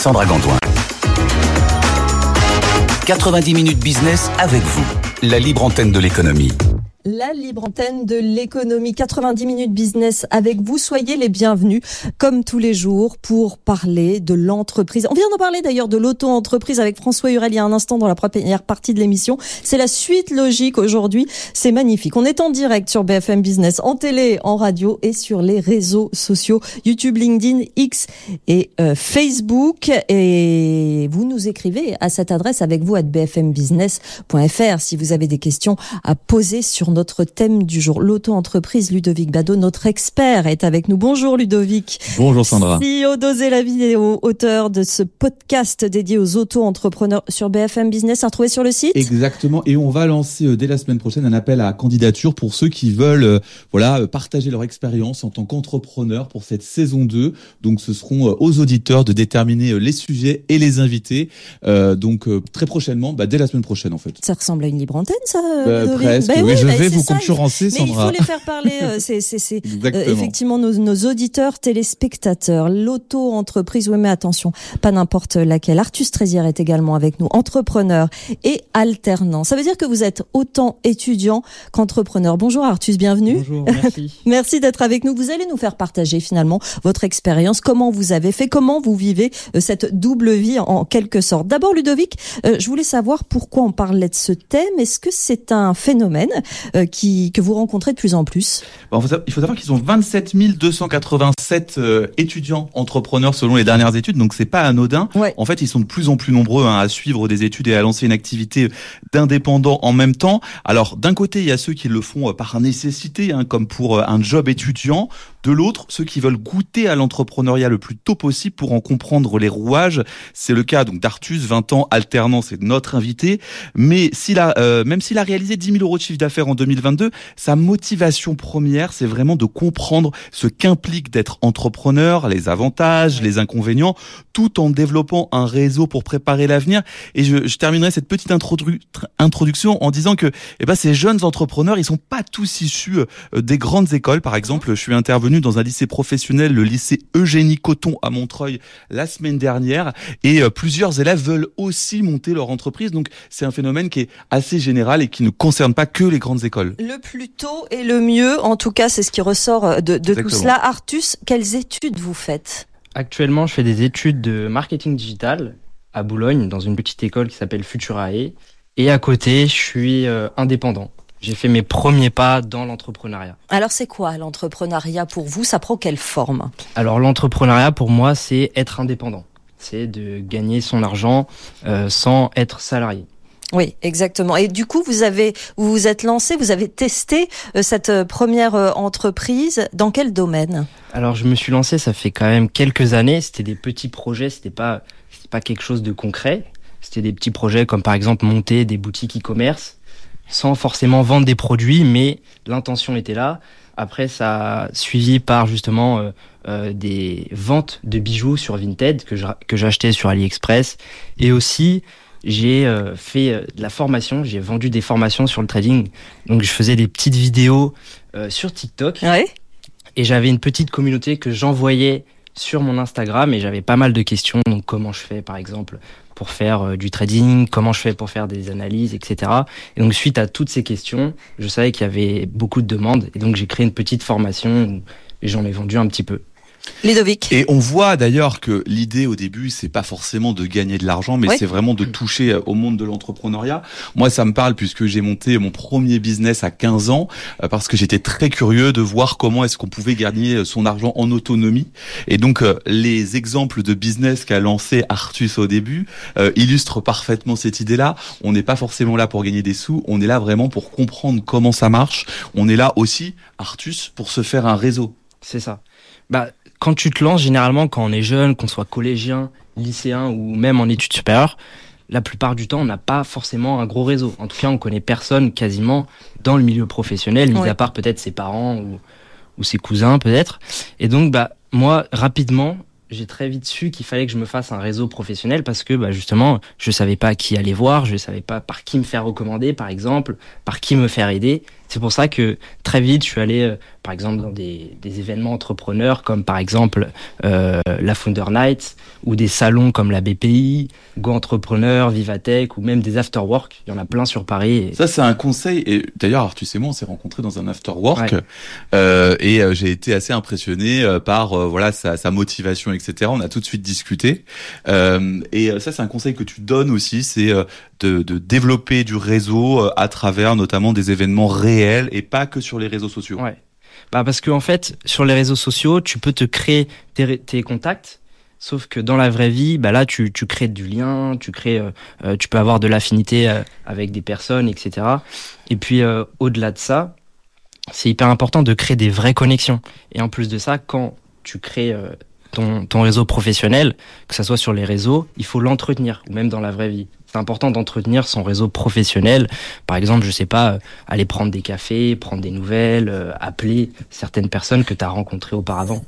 Sandra Gandoin. 90 minutes business avec vous, la libre antenne de l'économie. La libre antenne de l'économie, 90 minutes business avec vous. Soyez les bienvenus, comme tous les jours, pour parler de l'entreprise. On vient d'en parler d'ailleurs de l'auto-entreprise avec François Hurel il y a un instant dans la première partie de l'émission. C'est la suite logique aujourd'hui. C'est magnifique. On est en direct sur BFM Business, en télé, en radio et sur les réseaux sociaux YouTube, LinkedIn, X et Facebook. Et vous nous écrivez à cette adresse avec vous @bfmbusiness.fr si vous avez des questions à poser sur notre thème du jour, l'auto-entreprise. Ludovic Badaud, notre expert, est avec nous. Bonjour Ludovic. Bonjour Sandra. CEO d'Oser la vidéo, auteur de ce podcast dédié aux auto-entrepreneurs sur BFM Business, à retrouver sur le site. Exactement, et on va lancer dès la semaine prochaine un appel à candidature pour ceux qui veulent partager leur expérience en tant qu'entrepreneur pour cette saison 2. Donc ce seront aux auditeurs de déterminer les sujets et les invités. Très procheffectivement, dès la semaine prochaine en fait. Ça ressemble à une libre antenne, ça, Ludovic. Presque, oui, je vais vous concurrencer, mais Sandra. Mais il faut les faire parler, c'est effectivement nos auditeurs, téléspectateurs. L'auto-entreprise, oui, mais attention, pas n'importe laquelle. Artus Trézière est également avec nous, entrepreneur et alternant. Ça veut dire que vous êtes autant étudiant qu'entrepreneur. Bonjour Artus, bienvenue. Bonjour, merci. Merci d'être avec nous. Vous allez nous faire partager finalement votre expérience, comment vous avez fait, comment vous vivez cette double vie en quelque sorte. D'abord Ludovic, je voulais savoir pourquoi on parlait de ce thème. Est-ce que c'est un phénomène que vous rencontrez de plus en plus? Il faut savoir qu'ils ont 27 287 étudiants entrepreneurs selon les dernières études, donc c'est pas anodin. Ouais. En fait, ils sont de plus en plus nombreux à suivre des études et à lancer une activité d'indépendant en même temps. Alors, d'un côté, il y a ceux qui le font par nécessité, comme pour un job étudiant. De l'autre, ceux qui veulent goûter à l'entrepreneuriat le plus tôt possible pour en comprendre les rouages. C'est le cas donc d'Artus, 20 ans, alternant, c'est notre invité. Mais même s'il a réalisé 10 000 euros de chiffre d'affaires en 2022, sa motivation première, c'est vraiment de comprendre ce qu'implique d'être entrepreneur, les avantages, les inconvénients, tout en développant un réseau pour préparer l'avenir. Et je terminerai cette petite introduction en disant que ces jeunes entrepreneurs, ils sont pas tous issus des grandes écoles. Par exemple, je suis intervenu dans un lycée professionnel, le lycée Eugénie Coton à Montreuil la semaine dernière, et plusieurs élèves veulent aussi monter leur entreprise. Donc c'est un phénomène qui est assez général et qui ne concerne pas que les grandes écoles. Le plus tôt et le mieux, en tout cas, c'est ce qui ressort de tout cela. Artus, quelles études vous faites? Actuellement, je fais des études de marketing digital à Boulogne, dans une petite école qui s'appelle Futurae. Et à côté, je suis indépendant. J'ai fait mes premiers pas dans l'entrepreneuriat. Alors c'est quoi l'entrepreneuriat pour vous? Ça prend quelle forme? Alors l'entrepreneuriat pour moi, c'est être indépendant. C'est de gagner son argent sans être salarié. Oui, exactement. Et du coup, vous vous êtes lancé, vous avez testé cette première entreprise. Dans quel domaine? Alors je me suis lancé, ça fait quand même quelques années. C'était des petits projets, c'était pas quelque chose de concret. C'était des petits projets comme par exemple monter des boutiques e-commerce, sans forcément vendre des produits, mais l'intention était là. Après, ça a suivi par justement des ventes de bijoux sur Vinted que j'achetais sur AliExpress. Et aussi, j'ai fait de la formation, j'ai vendu des formations sur le trading. Donc, je faisais des petites vidéos sur TikTok. Ouais. Et j'avais une petite communauté que j'envoyais sur mon Instagram et j'avais pas mal de questions. Donc, comment je fais, par exemple, pour faire du trading, comment je fais pour faire des analyses, etc. Et donc, suite à toutes ces questions, je savais qu'il y avait beaucoup de demandes. Et donc, j'ai créé une petite formation et j'en ai vendu un petit peu. Ludovic. Et on voit d'ailleurs que l'idée au début, c'est pas forcément de gagner de l'argent, mais c'est vraiment de toucher au monde de l'entrepreneuriat. Moi, ça me parle puisque j'ai monté mon premier business à 15 ans, parce que j'étais très curieux de voir comment est-ce qu'on pouvait gagner son argent en autonomie. Et donc, les exemples de business qu'a lancé Artus au début illustrent parfaitement cette idée-là. On n'est pas forcément là pour gagner des sous, on est là vraiment pour comprendre comment ça marche. On est là aussi, Artus, pour se faire un réseau. C'est ça. Quand tu te lances, généralement, quand on est jeune, qu'on soit collégien, lycéen ou même en études supérieures, la plupart du temps, on n'a pas forcément un gros réseau. En tout cas, on connaît personne quasiment dans le milieu professionnel, mis à part peut-être ses parents ou ses cousins peut-être. Et donc, moi, rapidement, j'ai très vite su qu'il fallait que je me fasse un réseau professionnel parce que justement, je savais pas qui aller voir, je savais pas par qui me faire recommander, par exemple, par qui me faire aider. C'est pour ça que très vite, je suis allé, par exemple, dans des événements entrepreneurs, comme par exemple la Founder Night, ou des salons comme la BPI, Go Entrepreneur, Vivatech, ou même des afterwork. Il y en a plein sur Paris. Ça, c'est un conseil. Et d'ailleurs, Artus et moi, on s'est rencontrés dans un afterwork, j'ai été assez impressionné par sa motivation, etc. On a tout de suite discuté. Et ça, c'est un conseil que tu donnes aussi, c'est de développer du réseau à travers notamment des événements réels et pas que sur les réseaux sociaux. Ouais. Parce que en fait, sur les réseaux sociaux, tu peux te créer tes contacts. Sauf que dans la vraie vie, là, tu crées du lien, tu peux avoir de l'affinité avec des personnes, etc. Et puis, au-delà de ça, c'est hyper important de créer des vraies connexions. Et en plus de ça, quand tu crées ton réseau professionnel, que ça soit sur les réseaux, il faut l'entretenir, ou même dans la vraie vie. C'est important d'entretenir son réseau professionnel. Par exemple, je sais pas, aller prendre des cafés, prendre des nouvelles, appeler certaines personnes que tu as rencontrées auparavant.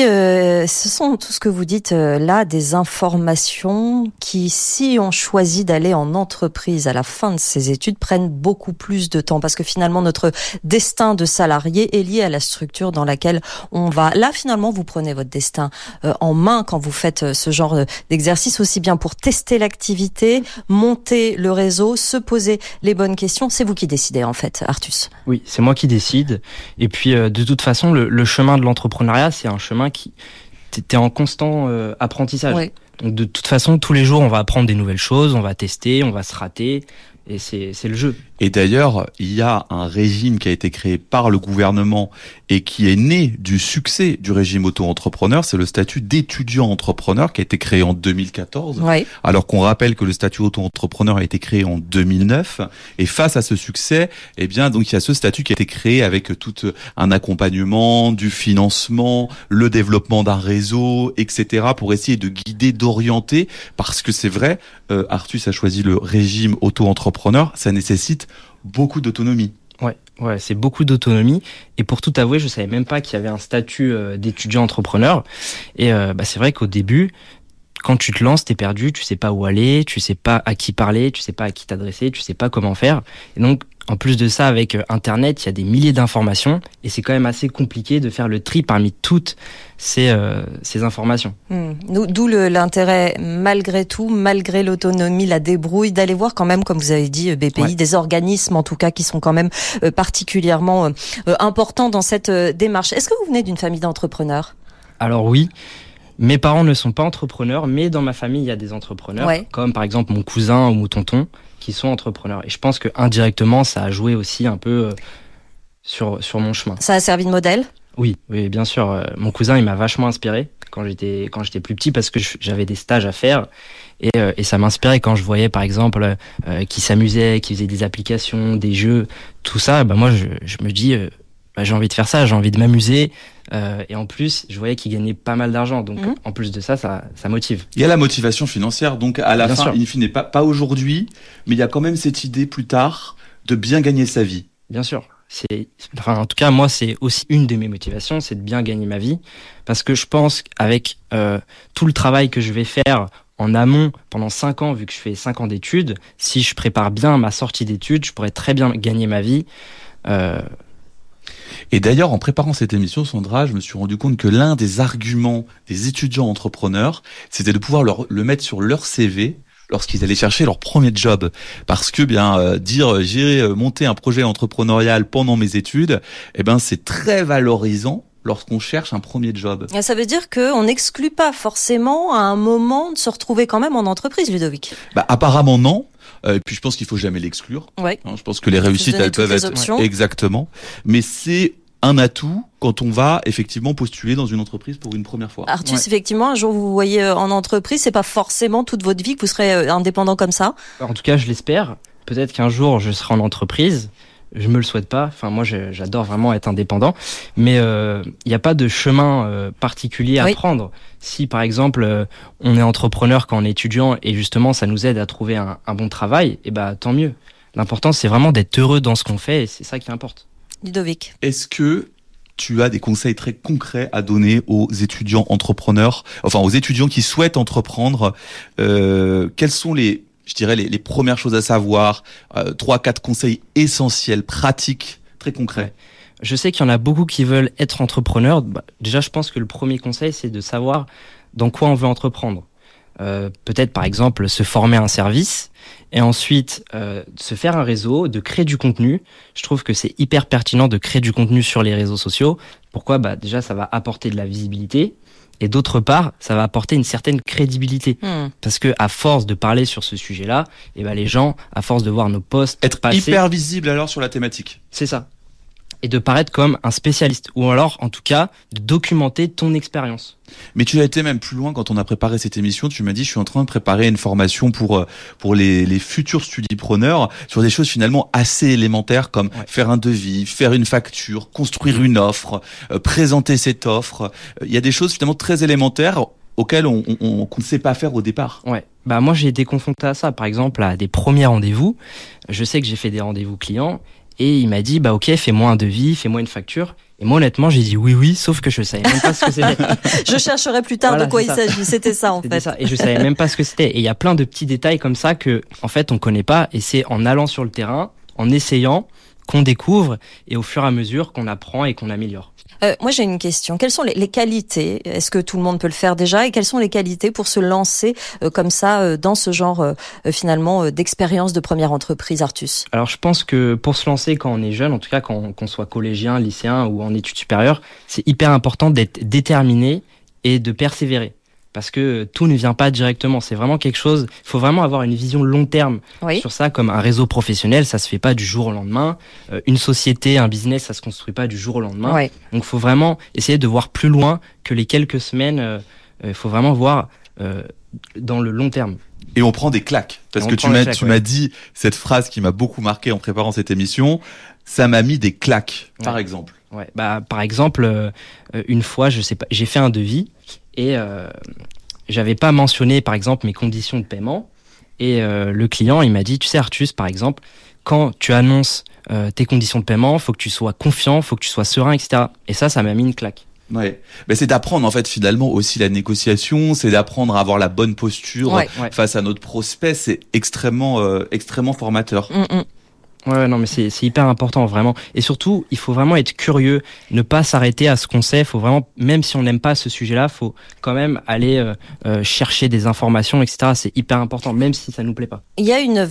Ce sont tout ce que vous dites là, des informations qui, si on choisit d'aller en entreprise à la fin de ses études, prennent beaucoup plus de temps parce que finalement notre destin de salarié est lié à la structure dans laquelle on va. Là, finalement, vous prenez votre destin en main quand vous faites ce genre d'exercice, aussi bien pour tester l'activité, monter le réseau, se poser les bonnes questions. C'est vous qui décidez en fait, Artus. Oui, c'est moi qui décide. Et puis de toute façon, le chemin de l'entrepreneuriat, c'est un chemin qui t'es en constant apprentissage. Oui. Donc de toute façon, tous les jours, on va apprendre des nouvelles choses, on va tester, on va se rater. Et c'est le jeu. Et d'ailleurs, il y a un régime qui a été créé par le gouvernement et qui est né du succès du régime auto-entrepreneur, c'est le statut d'étudiant entrepreneur qui a été créé en 2014. Oui. Alors qu'on rappelle que le statut auto-entrepreneur a été créé en 2009. Et face à ce succès, donc il y a ce statut qui a été créé avec tout un accompagnement, du financement, le développement d'un réseau, etc. pour essayer de guider, d'orienter. Parce que c'est vrai, Artus a choisi le régime auto-entrepreneur, ça nécessite beaucoup d'autonomie. Ouais, c'est beaucoup d'autonomie. Et pour tout avouer, je savais même pas qu'il y avait un statut d'étudiant entrepreneur. Et c'est vrai qu'au début, quand tu te lances, t'es perdu, tu sais pas où aller, tu sais pas à qui parler, tu sais pas à qui t'adresser, tu sais pas comment faire. Et donc, en plus de ça, avec Internet, il y a des milliers d'informations et c'est quand même assez compliqué de faire le tri parmi toutes ces informations. D'où l'intérêt, malgré tout, malgré l'autonomie, la débrouille, d'aller voir quand même, comme vous avez dit, BPI, des organismes en tout cas qui sont quand même particulièrement importants dans cette démarche. Est-ce que vous venez d'une famille d'entrepreneurs ? Alors oui. Mes parents ne sont pas entrepreneurs, mais dans ma famille, il y a des entrepreneurs, comme par exemple mon cousin ou mon tonton, qui sont entrepreneurs. Et je pense que indirectement, ça a joué aussi un peu sur mon chemin. Ça a servi de modèle ? Oui, bien sûr. Mon cousin, il m'a vachement inspiré quand j'étais plus petit parce que j'avais des stages à faire. Et ça m'inspirait quand je voyais, par exemple, qu'il s'amusait, qu'il faisait des applications, des jeux, tout ça. Moi, je me dis, j'ai envie de faire ça, j'ai envie de m'amuser. Et en plus, je voyais qu'il gagnait pas mal d'argent. Donc, en plus de ça motive. Il y a la motivation financière. Donc, à la fin, in fine, pas aujourd'hui, mais il y a quand même cette idée plus tard de bien gagner sa vie. Bien sûr. En tout cas, moi, c'est aussi une de mes motivations, c'est de bien gagner ma vie. Parce que je pense qu'avec tout le travail que je vais faire en amont pendant 5 ans, vu que je fais 5 ans d'études, si je prépare bien ma sortie d'études, je pourrais très bien gagner ma vie. Et d'ailleurs, en préparant cette émission, Sandra, je me suis rendu compte que l'un des arguments des étudiants entrepreneurs, c'était de pouvoir le mettre sur leur CV lorsqu'ils allaient chercher leur premier job. Parce que dire j'ai monté un projet entrepreneurial pendant mes études, c'est très valorisant lorsqu'on cherche un premier job. Et ça veut dire qu'on n'exclut pas forcément à un moment de se retrouver quand même en entreprise, Ludovic. Apparemment non. Et puis je pense qu'il faut jamais l'exclure. Je pense que les réussites, elles peuvent être options. Exactement. Mais c'est un atout quand on va effectivement postuler dans une entreprise pour une première fois. Artus, effectivement, un jour vous vous voyez en entreprise, c'est pas forcément toute votre vie que vous serez indépendant comme ça. En tout cas, je l'espère. Peut-être qu'un jour je serai en entreprise. Je me le souhaite pas. Enfin, moi, j'adore vraiment être indépendant. Mais il n'y a pas de chemin particulier à prendre. Si, par exemple, on est entrepreneur quand on est étudiant et justement, ça nous aide à trouver un bon travail, tant mieux. L'important, c'est vraiment d'être heureux dans ce qu'on fait et c'est ça qui importe. Ludovic. Est-ce que tu as des conseils très concrets à donner aux étudiants entrepreneurs, aux étudiants qui souhaitent entreprendre? Quels sont les premières choses à savoir, 3-4 conseils essentiels, pratiques très concret. Ouais. Je sais qu'il y en a beaucoup qui veulent être entrepreneurs. Déjà, je pense que le premier conseil, c'est de savoir dans quoi on veut entreprendre. Peut-être, par exemple, se former à un service et ensuite se faire un réseau, de créer du contenu. Je trouve que c'est hyper pertinent de créer du contenu sur les réseaux sociaux. Pourquoi ? Déjà, ça va apporter de la visibilité. Et d'autre part, ça va apporter une certaine crédibilité. Parce que à force de parler sur ce sujet-là, les gens, à force de voir nos posts être passer, hyper visible alors sur la thématique. C'est ça. Et de paraître comme un spécialiste. Ou alors, en tout cas, de documenter ton expérience. Mais tu as été même plus loin quand on a préparé cette émission. Tu m'as dit, je suis en train de préparer une formation pour les futurs studipreneurs sur des choses finalement assez élémentaires comme faire un devis, faire une facture, construire une offre, présenter cette offre. Il y a des choses finalement très élémentaires auxquelles qu'on ne sait pas faire au départ. Ouais. Moi, j'ai été confronté à ça. Par exemple, à des premiers rendez-vous. Je sais que j'ai fait des rendez-vous clients. Et il m'a dit, ok, fais-moi un devis, fais-moi une facture. Et moi, honnêtement, j'ai dit oui, sauf que je savais même pas ce que c'était. Je chercherai plus tard de quoi il s'agit. C'était ça, en fait. Ça. Et je savais même pas ce que c'était. Et il y a plein de petits détails comme ça que, en fait, on connaît pas. Et c'est en allant sur le terrain, en essayant, qu'on découvre et au fur et à mesure qu'on apprend et qu'on améliore. Moi, j'ai une question. Quelles sont les qualités ? Est-ce que tout le monde peut le faire déjà ? Et quelles sont les qualités pour se lancer comme ça dans ce genre finalement d'expérience de première entreprise, Artus ? Alors, je pense que pour se lancer quand on est jeune, en tout cas qu'on soit collégien, lycéen ou en études supérieures, c'est hyper important d'être déterminé et de persévérer. Parce que tout ne vient pas directement. C'est vraiment quelque chose, il faut vraiment avoir une vision long terme sur ça, comme un réseau professionnel, ça se fait pas du jour au lendemain. Une société, un business, ça se construit pas du jour au lendemain. Donc il faut vraiment essayer de voir plus loin que les quelques semaines. Il faut vraiment voir dans le long terme. Et on prend des claques. Parce que tu m'as dit cette phrase qui m'a beaucoup marqué en préparant cette émission. Ça m'a mis des claques, par exemple. Ouais. Par exemple, une fois, je sais pas, j'ai fait un devis et j'avais pas mentionné, par exemple, mes conditions de paiement. Et le client, il m'a dit, tu sais, Artus, par exemple, quand tu annonces tes conditions de paiement, faut que tu sois confiant, faut que tu sois serein, etc. Et ça m'a mis une claque. Ouais. Mais c'est d'apprendre en fait finalement aussi la négociation, c'est d'apprendre à avoir la bonne posture face à notre prospect, c'est extrêmement formateur. Ouais, non, mais c'est hyper important, vraiment. Et surtout, il faut vraiment être curieux, ne pas s'arrêter à ce qu'on sait. Faut vraiment, même si on n'aime pas ce sujet-là, faut quand même aller chercher des informations, etc. C'est hyper important, même si ça nous plaît pas. Il y a un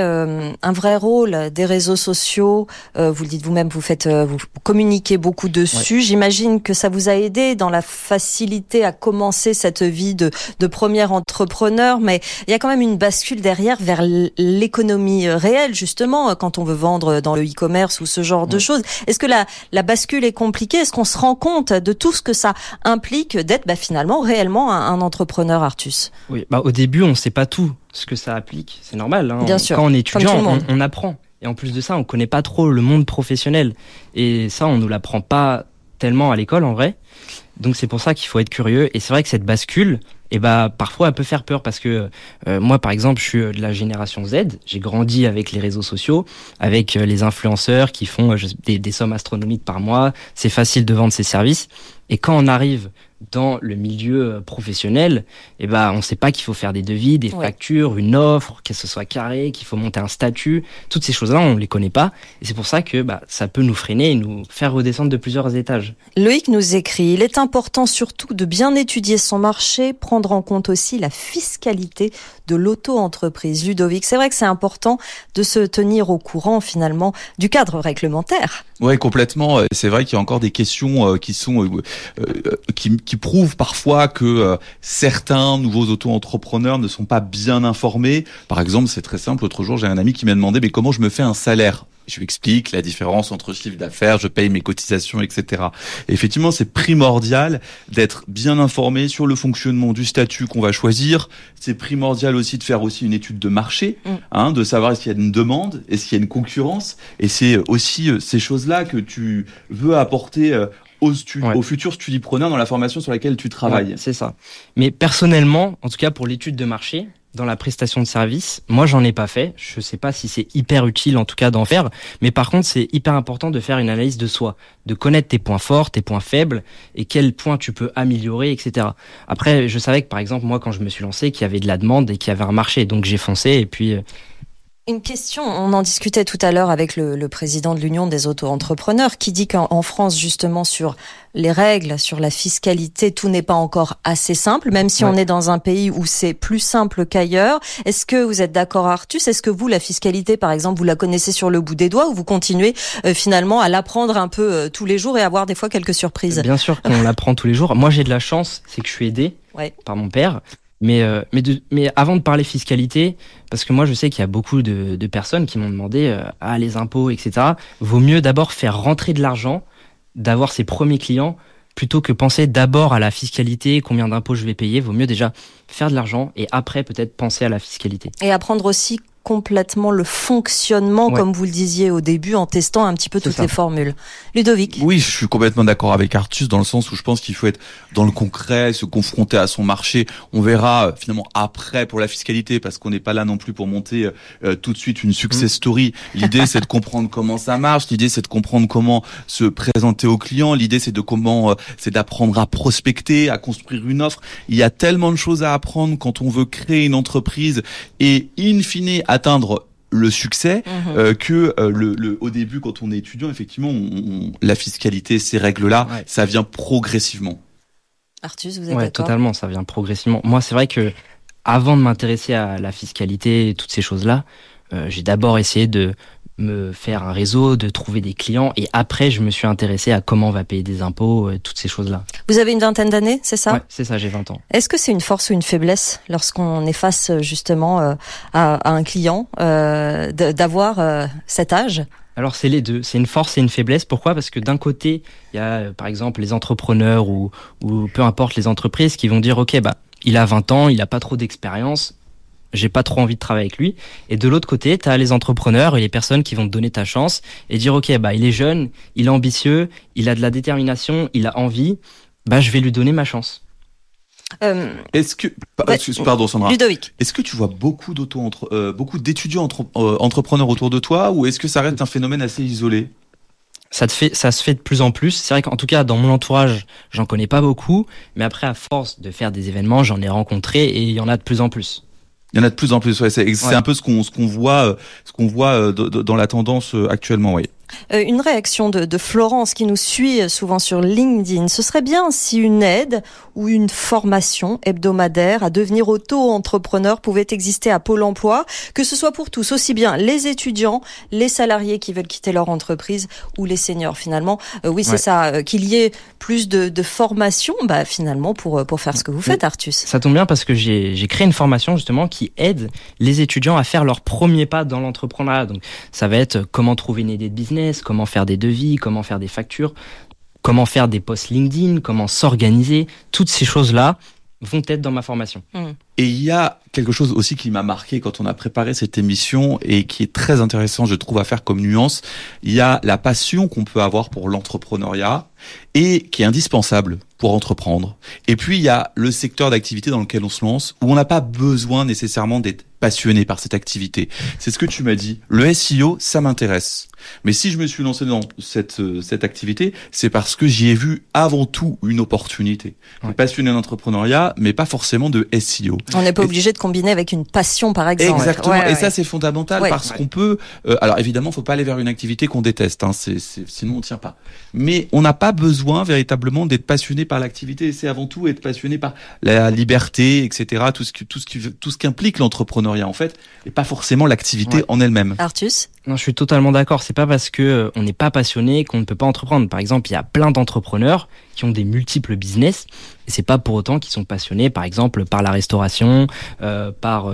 vrai rôle des réseaux sociaux. Vous le dites vous-même, vous communiquez beaucoup dessus. J'imagine que ça vous a aidé dans la facilité à commencer cette vie de premier entrepreneur. Mais il y a quand même une bascule derrière vers l'économie réelle, justement, quand on veut vendre dans le e-commerce ou ce genre de choses. Est-ce que la bascule est compliquée ? Est-ce qu'on se rend compte de tout ce que ça implique d'être finalement réellement un entrepreneur, Artus ? Oui, au début, on sait pas tout ce que ça applique. C'est normal. Hein. Bien sûr. Quand on est étudiant, on apprend. Et en plus de ça, on connaît pas trop le monde professionnel. Et ça, on nous l'apprend pas tellement à l'école, en vrai. Donc c'est pour ça qu'il faut être curieux. Et c'est vrai que cette bascule, parfois elle peut faire peur parce que moi par exemple je suis de la génération Z, j'ai grandi avec les réseaux sociaux, avec les influenceurs qui font des sommes astronomiques par mois, c'est facile de vendre ses services. Et quand on arrive dans le milieu professionnel, on sait pas qu'il faut faire des devis, des factures, une offre, que ce soit carré, qu'il faut monter un statut. Toutes ces choses-là, on les connaît pas. Et c'est pour ça que ça peut nous freiner et nous faire redescendre de plusieurs étages. Loïc nous écrit, il est important surtout de bien étudier son marché, prendre en compte aussi la fiscalité de l'auto-entreprise. Ludovic, c'est vrai que c'est important de se tenir au courant finalement du cadre réglementaire. Ouais, complètement. C'est vrai qu'il y a encore des questions qui sont qui prouvent parfois que certains nouveaux auto-entrepreneurs ne sont pas bien informés. Par exemple, c'est très simple. L'autre jour, j'ai un ami qui m'a demandé mais comment je me fais un salaire ? Je lui explique la différence entre chiffre d'affaires, je paye mes cotisations, etc. Et effectivement, c'est primordial d'être bien informé sur le fonctionnement du statut qu'on va choisir. C'est primordial aussi de faire aussi une étude de marché, de savoir est-ce qu'il y a une demande, est-ce qu'il y a une concurrence. Et c'est aussi ces choses-là que tu veux apporter aux futurs studipreneurs dans la formation sur laquelle tu travailles. Ouais, c'est ça. Mais personnellement, en tout cas pour l'étude de marché, dans la prestation de service, moi j'en ai pas fait. Je sais pas si c'est hyper utile en tout cas d'en faire, mais par contre c'est hyper important de faire une analyse de soi, de connaître tes points forts, tes points faibles et quels points tu peux améliorer, etc. Après, je savais que par exemple moi quand je me suis lancé, qu'il y avait de la demande et qu'il y avait un marché, donc j'ai foncé et puis Une question, on en discutait tout à l'heure avec le président de l'Union des auto-entrepreneurs qui dit qu'en France, justement, sur les règles, sur la fiscalité, tout n'est pas encore assez simple, même si on est dans un pays où c'est plus simple qu'ailleurs. Est-ce que vous êtes d'accord, Artus? Est-ce que vous, la fiscalité, par exemple, vous la connaissez sur le bout des doigts ou vous continuez finalement à l'apprendre un peu tous les jours et avoir des fois quelques surprises? Bien sûr qu'on l'apprend tous les jours. Moi, j'ai de la chance, c'est que je suis aidé par mon père. Mais avant de parler fiscalité, parce que moi je sais qu'il y a beaucoup de personnes qui m'ont demandé les impôts, etc. Vaut mieux d'abord faire rentrer de l'argent, d'avoir ses premiers clients, plutôt que penser d'abord à la fiscalité, combien d'impôts je vais payer. Vaut mieux déjà faire de l'argent et après peut-être penser à la fiscalité. Et apprendre aussi complètement le fonctionnement, comme vous le disiez au début, en testant un petit peu toutes les formules. Ludovic? Oui, je suis complètement d'accord avec Artus dans le sens où je pense qu'il faut être dans le concret, se confronter à son marché. On verra finalement après pour la fiscalité parce qu'on n'est pas là non plus pour monter tout de suite une success story. L'idée c'est de comprendre comment ça marche, l'idée c'est de comprendre comment se présenter aux clients, l'idée c'est c'est d'apprendre à prospecter, à construire une offre. Il y a tellement de choses à apprendre quand on veut créer une entreprise et in fine atteindre le succès que au début quand on est étudiant effectivement la fiscalité, ces règles-là, ça vient progressivement. Artus, vous êtes d'accord? Totalement, ça vient progressivement. Moi, c'est vrai que avant de m'intéresser à la fiscalité et toutes ces choses-là, j'ai d'abord essayé de me faire un réseau, de trouver des clients et après je me suis intéressé à comment on va payer des impôts, toutes ces choses-là. Vous avez une vingtaine d'années, c'est ça? Ouais, c'est ça, j'ai 20 ans. Est-ce que c'est une force ou une faiblesse lorsqu'on est face justement à un client d'avoir cet âge? Alors c'est les deux, c'est une force et une faiblesse. Pourquoi? Parce que d'un côté, il y a par exemple les entrepreneurs ou peu importe les entreprises qui vont dire ok il a 20 ans, il a pas trop d'expérience, j'ai pas trop envie de travailler avec lui. Et de l'autre côté, t'as les entrepreneurs et les personnes qui vont te donner ta chance et dire ok il est jeune, il est ambitieux, il a de la détermination, il a envie, je vais lui donner ma chance. Est-ce que pardon Sandra, Ludovic, est-ce que tu vois beaucoup d'étudiants entrepreneurs autour de toi ou est-ce que ça reste un phénomène assez isolé? Ça se fait de plus en plus. C'est vrai qu'en tout cas, dans mon entourage, j'en connais pas beaucoup, mais après, à force de faire des événements, j'en ai rencontré et il y en a de plus en plus. Il y en a de plus en plus, c'est un peu ce qu'on voit dans la tendance actuellement, oui. Une réaction de Florence qui nous suit souvent sur LinkedIn. Ce serait bien si une aide ou une formation hebdomadaire à devenir auto-entrepreneur pouvait exister à Pôle emploi, que ce soit pour tous, aussi bien les étudiants, les salariés qui veulent quitter leur entreprise ou les seniors finalement. C'est ça, qu'il y ait plus de formation finalement pour faire ce que vous faites, Artus. Ça tombe bien parce que j'ai créé une formation justement qui aide les étudiants à faire leur premier pas dans l'entrepreneuriat. Donc ça va être comment trouver une idée de business, comment faire des devis, comment faire des factures, comment faire des posts LinkedIn, comment s'organiser. Toutes ces choses-là vont être dans ma formation. Et il y a quelque chose aussi qui m'a marqué quand on a préparé cette émission et qui est très intéressant, je trouve, à faire comme nuance. Il y a la passion qu'on peut avoir pour l'entrepreneuriat et qui est indispensable pour entreprendre. Et puis, il y a le secteur d'activité dans lequel on se lance où on n'a pas besoin nécessairement d'être passionné par cette activité. C'est ce que tu m'as dit. Le SEO, ça m'intéresse. Mais si je me suis lancé dans cette activité, c'est parce que j'y ai vu avant tout une opportunité. Je suis passionné d'entrepreneuriat, mais pas forcément de SEO. On n'est pas obligé de combiner avec une passion, par exemple. Exactement. Et ça, c'est fondamental parce qu'on peut... alors évidemment, faut pas aller vers une activité qu'on déteste. Sinon, on tient pas. Mais on n'a pas besoin véritablement d'être passionné par l'activité. C'est avant tout être passionné par la liberté, etc. Tout ce qu'implique l'entrepreneuriat en fait, et pas forcément l'activité en elle-même. Artus? Non, je suis totalement d'accord. C'est pas parce que on n'est pas passionné qu'on ne peut pas entreprendre. Par exemple, il y a plein d'entrepreneurs qui ont des multiples business. Et c'est pas pour autant qu'ils sont passionnés, par exemple, par la restauration, par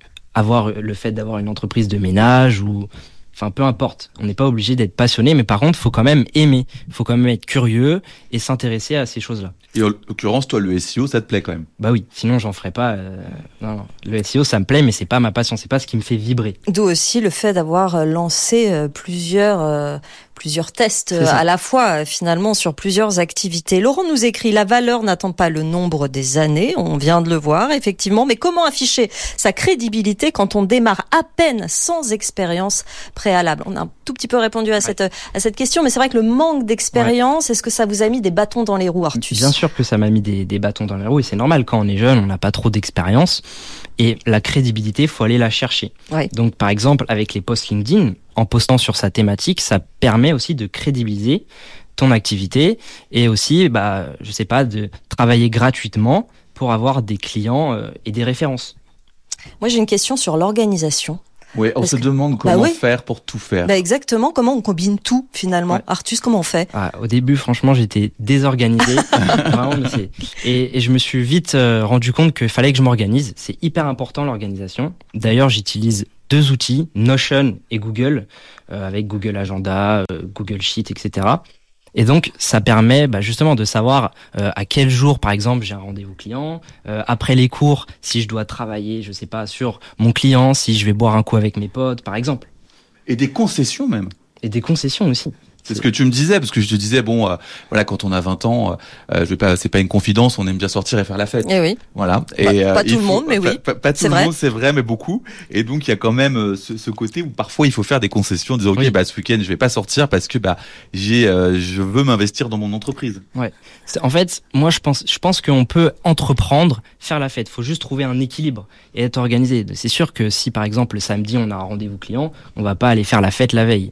avoir le fait d'avoir une entreprise de ménage ou, enfin, peu importe. On n'est pas obligé d'être passionné, mais par contre, faut quand même aimer. Faut quand même être curieux et s'intéresser à ces choses-là. Et en l'occurrence, toi, le SEO, ça te plaît quand même? Bah oui, sinon j'en ferais pas. Non, le SEO, ça me plaît, mais c'est pas ma passion, c'est pas ce qui me fait vibrer. D'où aussi le fait d'avoir lancé plusieurs plusieurs tests à la fois, finalement, sur plusieurs activités. Laurent nous écrit, la valeur n'attend pas le nombre des années, on vient de le voir, effectivement, mais comment afficher sa crédibilité quand on démarre à peine sans expérience préalable? On a un tout petit peu répondu à cette question, mais c'est vrai que le manque d'expérience, est-ce que ça vous a mis des bâtons dans les roues, Artus? Bien sûr que ça m'a mis des bâtons dans les roues, et c'est normal, quand on est jeune, on n'a pas trop d'expérience, et la crédibilité, faut aller la chercher. Ouais. Donc, par exemple, avec les posts LinkedIn, en postant sur sa thématique, ça permet aussi de crédibiliser ton activité et aussi, je sais pas, de travailler gratuitement pour avoir des clients et des références. Moi, j'ai une question sur l'organisation. Oui, on se demande comment faire pour tout faire. Exactement, comment on combine tout finalement. Ouais. Artus, comment on fait? Au début, franchement, j'étais désorganisé. Vraiment, et je me suis vite rendu compte qu'il fallait que je m'organise. C'est hyper important, l'organisation. D'ailleurs, j'utilise 2 outils, Notion et Google, avec Google Agenda, Google Sheet, etc. Et donc, ça permet justement de savoir à quel jour, par exemple, j'ai un rendez-vous client. Après les cours, si je dois travailler, je sais pas, sur mon client, si je vais boire un coup avec mes potes, par exemple. Et des concessions même. Et des concessions aussi. C'est ce que tu me disais, parce que je te disais, voilà, quand on a 20 ans, c'est pas une confidence, on aime bien sortir et faire la fête. Et oui. Voilà. Et pas tout le monde, mais oui. Pas tout le monde, c'est vrai, mais beaucoup. Et donc, il y a quand même ce côté où parfois il faut faire des concessions, en disant, ok, ce week-end, je vais pas sortir parce que, je veux m'investir dans mon entreprise. Ouais. En fait, moi, je pense qu'on peut entreprendre, faire la fête. Faut juste trouver un équilibre et être organisé. C'est sûr que si, par exemple, le samedi, on a un rendez-vous client, on va pas aller faire la fête la veille.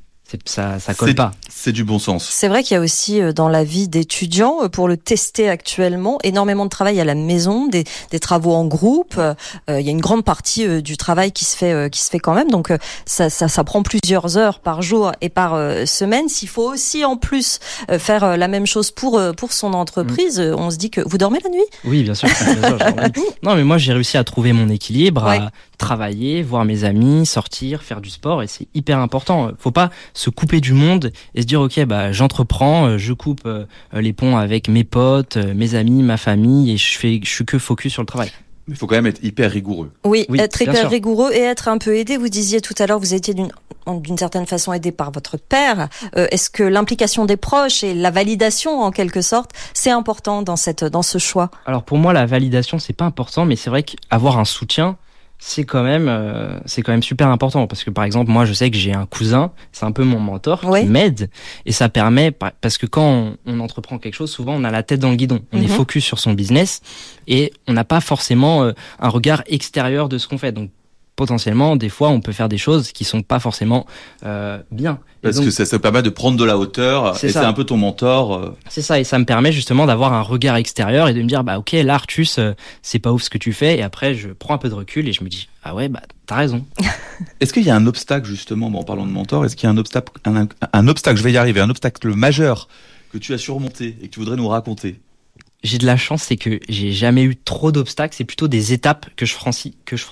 Ça colle pas. C'est du bon sens. C'est vrai qu'il y a aussi dans la vie d'étudiants, pour le tester actuellement, énormément de travail à la maison, des travaux en groupe. Il y a une grande partie du travail qui se fait quand même. Donc ça prend plusieurs heures par jour et par semaine. S'il faut aussi en plus faire la même chose pour son entreprise, on se dit que vous dormez la nuit? Oui, bien sûr. Non, mais moi j'ai réussi à trouver mon équilibre, à travailler, voir mes amis, sortir, faire du sport, et c'est hyper important. Faut pas se couper du monde et se dire ok, j'entreprends, je coupe les ponts avec mes potes, mes amis, ma famille, et je suis que focus sur le travail. Mais il faut quand même être hyper rigoureux. Oui, être hyper rigoureux et être un peu aidé. Vous disiez tout à l'heure, vous étiez d'une certaine façon aidé par votre père. Est-ce que l'implication des proches et la validation, en quelque sorte, c'est important dans ce choix? Alors pour moi, la validation, c'est pas important, mais c'est vrai qu'avoir un soutien, c'est quand même super important, parce que par exemple moi je sais que j'ai un cousin, c'est un peu mon mentor, qui m'aide, et ça permet, parce que quand on entreprend quelque chose, souvent on a la tête dans le guidon, on est focus sur son business et on n'a pas forcément un regard extérieur de ce qu'on fait. Donc potentiellement, des fois, on peut faire des choses qui sont pas forcément bien. Parce que ça permet de prendre de la hauteur, c'est un peu ton mentor. C'est ça, et ça me permet justement d'avoir un regard extérieur et de me dire, ok, là, Artus, c'est pas ouf ce que tu fais, et après, je prends un peu de recul et je me dis, ah ouais, t'as raison. Est-ce qu'il y a un obstacle, justement, en parlant de mentor, est-ce qu'il y a un obstacle, je vais y arriver, un obstacle majeur que tu as surmonté et que tu voudrais nous raconter? J'ai de la chance, c'est que j'ai jamais eu trop d'obstacles. C'est plutôt des étapes que je franchis,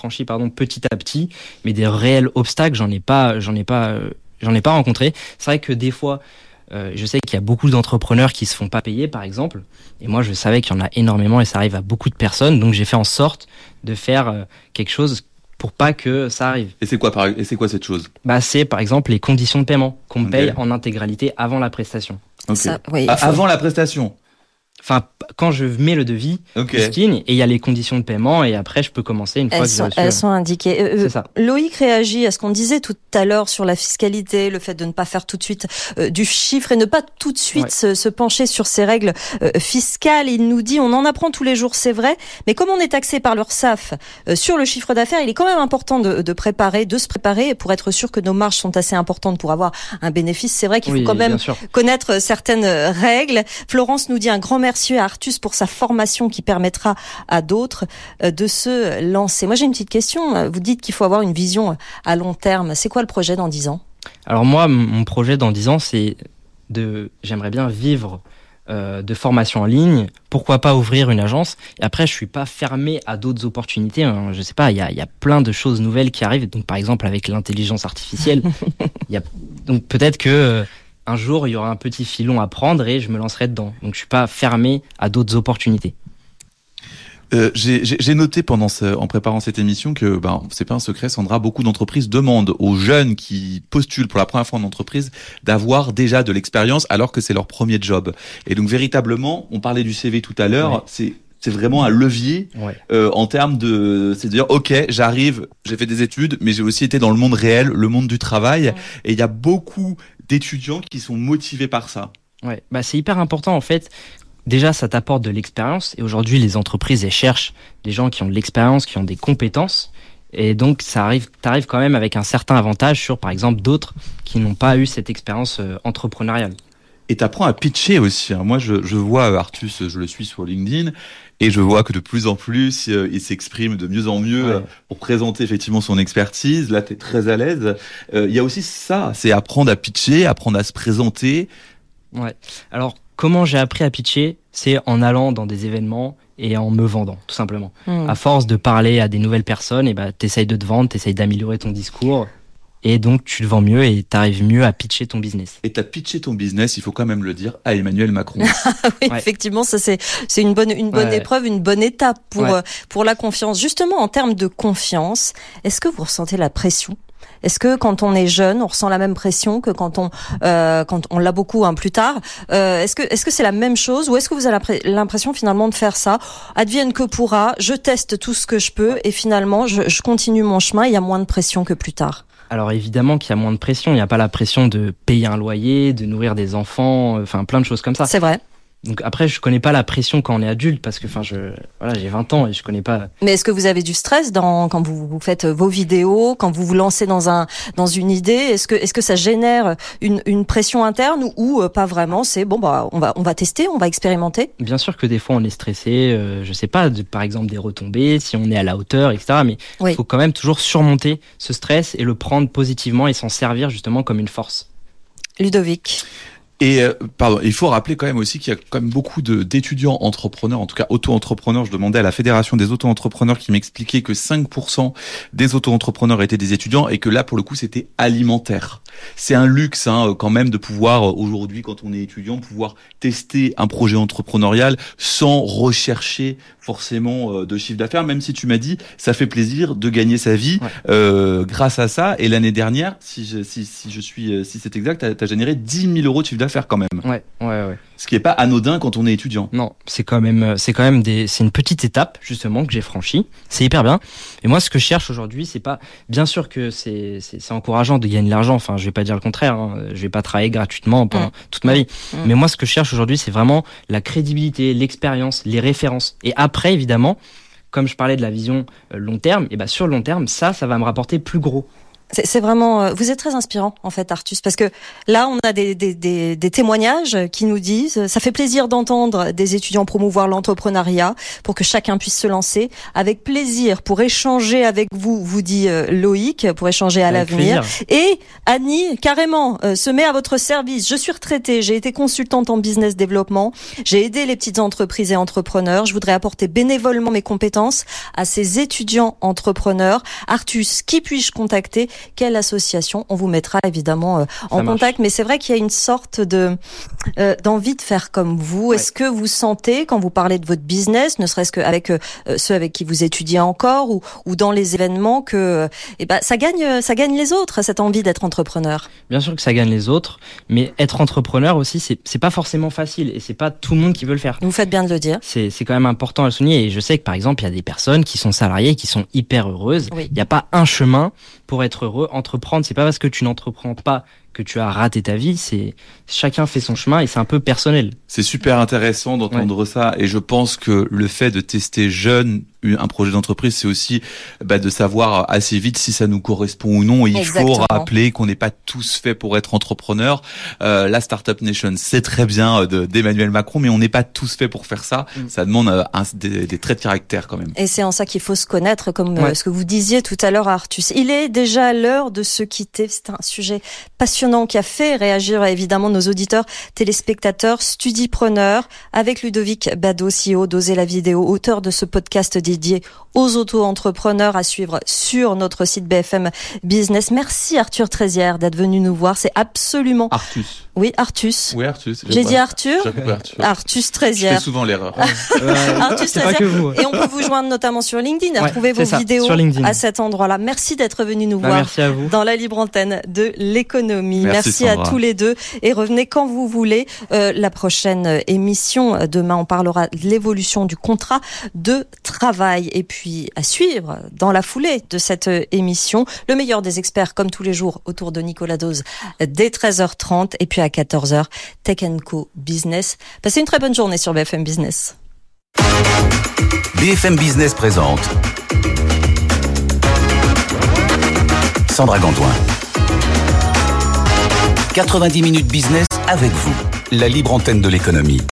petit à petit. Mais des réels obstacles, j'en ai pas rencontré. C'est vrai que des fois, je sais qu'il y a beaucoup d'entrepreneurs qui se font pas payer, par exemple. Et moi, je savais qu'il y en a énormément et ça arrive à beaucoup de personnes. Donc, j'ai fait en sorte de faire quelque chose pour pas que ça arrive. Et c'est quoi cette chose? C'est par exemple les conditions de paiement qu'on me paye en intégralité avant la prestation. Okay. Avant la prestation. Enfin, quand je mets le devis, je signe, et il y a les conditions de paiement, et après je peux commencer une fois que j'ai reçu. Elles sont indiquées. C'est ça. Loïc réagit à ce qu'on disait tout à l'heure sur la fiscalité, le fait de ne pas faire tout de suite du chiffre et ne pas tout de suite se pencher sur ces règles fiscales. Il nous dit, on en apprend tous les jours, c'est vrai, mais comme on est taxé par l'URSSAF sur le chiffre d'affaires, il est quand même important de se préparer pour être sûr que nos marges sont assez importantes pour avoir un bénéfice. C'est vrai qu'il faut quand même connaître certaines règles. Florence nous dit un grand merci à Artus pour sa formation qui permettra à d'autres de se lancer. Moi, j'ai une petite question. Vous dites qu'il faut avoir une vision à long terme. C'est quoi le projet dans 10 ans? Alors moi, mon projet dans 10 ans, j'aimerais bien vivre de formation en ligne. Pourquoi pas ouvrir une agence? Et après, je suis pas fermé à d'autres opportunités. Je sais pas, il y a plein de choses nouvelles qui arrivent. Donc, par exemple, avec l'intelligence artificielle, donc peut-être que un jour, il y aura un petit filon à prendre et je me lancerai dedans. Donc, je suis pas fermé à d'autres opportunités. J'ai noté en préparant cette émission que, c'est pas un secret, Sandra, beaucoup d'entreprises demandent aux jeunes qui postulent pour la première fois en entreprise d'avoir déjà de l'expérience alors que c'est leur premier job. Et donc véritablement, on parlait du CV tout à l'heure, c'est vraiment un levier en termes c'est de dire ok, j'arrive, j'ai fait des études, mais j'ai aussi été dans le monde réel, le monde du travail, et il y a beaucoup d'étudiants qui sont motivés par ça. Ouais, c'est hyper important en fait. Déjà, ça t'apporte de l'expérience et aujourd'hui, les entreprises, elles cherchent des gens qui ont de l'expérience, qui ont des compétences et donc t'arrives quand même avec un certain avantage sur, par exemple, d'autres qui n'ont pas eu cette expérience entrepreneuriale. Et t'apprends à pitcher aussi. Moi, je vois Artus, je le suis sur LinkedIn, et je vois que de plus en plus, il s'exprime de mieux en mieux pour présenter effectivement son expertise. Là, t'es très à l'aise. Il y a aussi ça, c'est apprendre à pitcher, apprendre à se présenter. Ouais. Alors, comment j'ai appris à pitcher? C'est en allant dans des événements et en me vendant, tout simplement. À force de parler à des nouvelles personnes, et t'essayes de te vendre, t'essayes d'améliorer ton discours. Et donc, tu te vends mieux et t'arrives mieux à pitcher ton business. Et t'as pitché ton business, il faut quand même le dire, à Emmanuel Macron. Oui, effectivement, ça c'est une bonne épreuve, une bonne étape pour la confiance. Justement, en termes de confiance, est-ce que vous ressentez la pression? Est-ce que quand on est jeune, on ressent la même pression que quand on l'a beaucoup plus tard? Est-ce que c'est la même chose, ou est-ce que vous avez l'impression finalement de faire ça, advienne que pourra, je teste tout ce que je peux et finalement je continue mon chemin, il y a moins de pression que plus tard? Alors évidemment qu'il y a moins de pression, il n'y a pas la pression de payer un loyer, de nourrir des enfants, plein de choses comme ça. C'est vrai. Donc après, je connais pas la pression quand on est adulte parce que j'ai 20 ans et je connais pas. Mais est-ce que vous avez du stress quand vous faites vos vidéos, quand vous vous lancez dans une idée? Est-ce que ça génère une pression interne ou pas vraiment? C'est on va tester, on va expérimenter. Bien sûr que des fois on est stressé, je sais pas, par exemple des retombées, si on est à la hauteur, etc. Mais il faut quand même toujours surmonter ce stress et le prendre positivement et s'en servir justement comme une force. Ludovic. Et il faut rappeler quand même aussi qu'il y a quand même beaucoup d'étudiants entrepreneurs, en tout cas auto-entrepreneurs. Je demandais à la Fédération des auto-entrepreneurs qui m'expliquait que 5% des auto-entrepreneurs étaient des étudiants et que là, pour le coup, c'était alimentaire. C'est un luxe quand même de pouvoir, aujourd'hui, quand on est étudiant, pouvoir tester un projet entrepreneurial sans rechercher forcément de chiffre d'affaires, même si tu m'as dit, ça fait plaisir de gagner sa vie grâce à ça. Et l'année dernière, si c'est exact, t'as généré 10 000 euros de chiffre d'affaires quand même. Ouais. Ce qui est pas anodin quand on est étudiant. Non, c'est une petite étape justement que j'ai franchie. C'est hyper bien. Et moi, ce que je cherche aujourd'hui, c'est pas, bien sûr que c'est encourageant de gagner de l'argent. Enfin, je vais pas dire le contraire. Je vais pas travailler gratuitement pendant toute ma vie. Mais moi, ce que je cherche aujourd'hui, c'est vraiment la crédibilité, l'expérience, les références. Et après, évidemment, comme je parlais de la vision long terme, et sur le long terme, ça va me rapporter plus gros. C'est vraiment, vous êtes très inspirant en fait, Artus, parce que là on a des témoignages qui nous disent, ça fait plaisir d'entendre des étudiants promouvoir l'entrepreneuriat pour que chacun puisse se lancer, avec plaisir pour échanger avec vous dit Loïc, pour échanger à l'avenir. Et Annie carrément se met à votre service. Je suis retraitée, j'ai été consultante en business développement, j'ai aidé les petites entreprises et entrepreneurs. Je voudrais apporter bénévolement mes compétences à ces étudiants entrepreneurs. Artus, qui puis-je contacter? Quelle association? On vous mettra évidemment en contact, mais c'est vrai qu'il y a une sorte d'envie de faire comme vous. Est-ce que vous sentez, quand vous parlez de votre business, ne serait-ce qu'avec ceux avec qui vous étudiez encore ou dans les événements, que ça gagne les autres, cette envie d'être entrepreneur? Bien sûr que ça gagne les autres, mais être entrepreneur aussi, c'est pas forcément facile et c'est pas tout le monde qui veut le faire. Vous faites bien de le dire. C'est quand même important à le souligner, et je sais que par exemple, il y a des personnes qui sont salariées, qui sont hyper heureuses. Il n'y a pas un chemin pour être heureux. Entreprendre, c'est pas parce que tu n'entreprends pas que tu as raté ta vie, c'est chacun fait son chemin et c'est un peu personnel. C'est super intéressant d'entendre ça, et je pense que le fait de tester jeune un projet d'entreprise, c'est aussi de savoir assez vite si ça nous correspond ou non. Et il faut rappeler qu'on n'est pas tous faits pour être entrepreneur. La Startup Nation, c'est très bien d'Emmanuel Macron, mais on n'est pas tous faits pour faire ça. Ça demande des traits de caractère quand même. Et c'est en ça qu'il faut se connaître, comme ce que vous disiez tout à l'heure, Artus. Il est déjà l'heure de se quitter. C'est un sujet passionnant qui a fait réagir évidemment nos auditeurs, téléspectateurs, studipreneurs, avec Ludovic Bado, CEO d'Oser la vidéo, auteur de ce podcast dédié dédié aux auto-entrepreneurs à suivre sur notre site BFM Business. Merci Arthur Trézières d'être venu nous voir. C'est absolument... Artus. Oui, Artus. Oui, Artus. J'ai dit Arthur. J'ai compris Arthur. Artus Je Trézières. fais souvent l'erreur. Artus C'est pas que Trézières. vous. Et on peut vous joindre notamment sur LinkedIn, Ouais, retrouver vos c'est ça, vidéos sur LinkedIn. à cet endroit-là. Merci d'être venu nous voir Merci à vous. dans la libre antenne de l'économie. Merci, à Sandra. tous les deux et revenez quand vous voulez. La prochaine émission, demain, on parlera de l'évolution du contrat de travail. Et puis, à suivre dans la foulée de cette émission, le meilleur des experts, comme tous les jours, autour de Nicolas Dose, dès 13h30. Et puis à 14h, Tech & Co Business. Passez une très bonne journée sur BFM Business. BFM Business présente Sandra Gantoin. 90 minutes business avec vous, la libre antenne de l'économie.